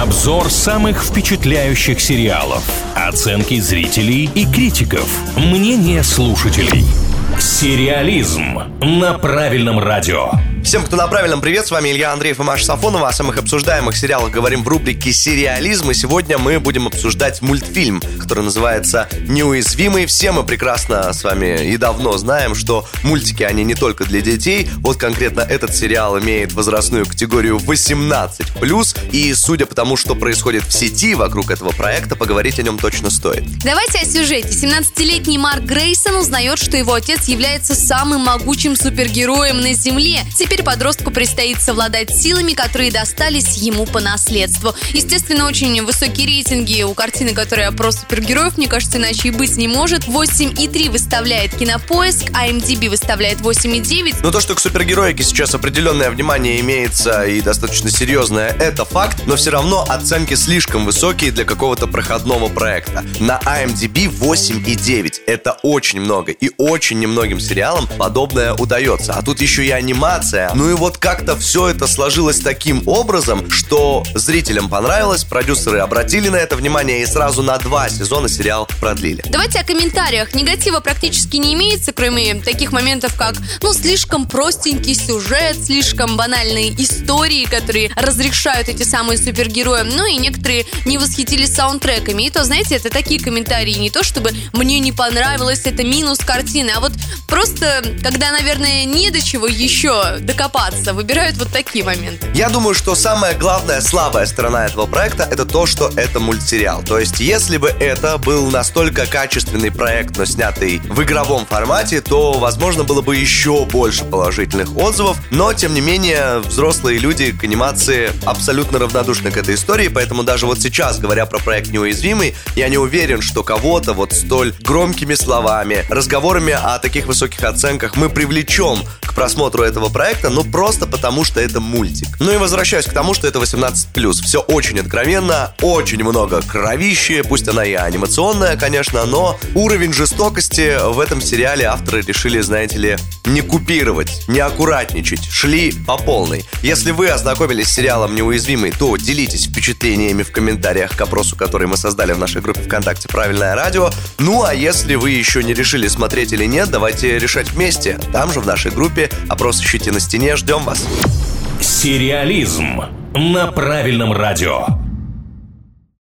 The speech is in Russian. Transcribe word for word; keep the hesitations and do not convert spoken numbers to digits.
Обзор самых впечатляющих сериалов. Оценки зрителей и критиков. Мнение слушателей. Сериализм на правильном радио. Всем, кто на правильном, привет, с вами Илья Андреев и Маша Сафонова. О самых обсуждаемых сериалах говорим в рубрике «Сериализм». И сегодня мы будем обсуждать мультфильм, который называется «Неуязвимый». Все мы прекрасно с вами и давно знаем, что мультики, они не только для детей. Вот конкретно этот сериал имеет возрастную категорию восемнадцать плюс. И судя по тому, что происходит в сети вокруг этого проекта, поговорить о нем точно стоит. Давайте о сюжете. семнадцатилетний Марк Грейсон узнает, что его отец является самым могучим супергероем на Земле. Теперь подростку предстоит совладать силами, которые достались ему по наследству. Естественно, очень высокие рейтинги у картины, которая про супергероев, мне кажется, иначе и быть не может. восемь и три выставляет Кинопоиск, ай эм ди би выставляет восемь и девять. Ну, то, что к супергероике сейчас определенное внимание имеется и достаточно серьезное, это факт, но все равно оценки слишком высокие для какого-то проходного проекта. На ай эм ди би восемь и девять. Это очень много, и очень немногим сериалам подобное удается. А тут еще и анимация. Ну и вот как-то все это сложилось таким образом, что зрителям понравилось, продюсеры обратили на это внимание и сразу на два сезона сериал продлили. Давайте о комментариях. Негатива практически не имеется, кроме таких моментов, как, ну, слишком простенький сюжет, слишком банальные истории, которые разрешают эти самые супергерои. Ну и некоторые не восхитились саундтреками. И то, знаете, это такие комментарии, не то чтобы мне не понравилось, это минус картины, а вот просто, когда, наверное, не до чего еще докопаться, выбирают вот такие моменты. Я думаю, что самая главная слабая сторона этого проекта — это то, что это мультсериал. То есть, если бы это был настолько качественный проект, но снятый в игровом формате, то, возможно, было бы еще больше положительных отзывов. Но, тем не менее, взрослые люди к анимации абсолютно равнодушны к этой истории, поэтому даже вот сейчас, говоря про проект «Неуязвимый», я не уверен, что кого-то вот столь громкими словами, разговорами о таких высоких оценках мы привлечем к просмотру этого проекта, ну просто потому, что это мультик. Ну и возвращаюсь к тому, что это восемнадцать плюс. Все очень откровенно, очень много кровищи, пусть она и анимационная, конечно, но уровень жестокости в этом сериале авторы решили, знаете ли, не купировать, не аккуратничать, шли по полной. Если вы ознакомились с сериалом «Неуязвимый», то делитесь впечатлениями в комментариях к опросу, который мы создали в нашей группе ВКонтакте «Правильное радио». Ну а если вы еще не решили, смотреть или нет, давайте решать вместе. Там же в нашей группе опрос ищите на стене, ждем вас. Сериализм на правильном радио.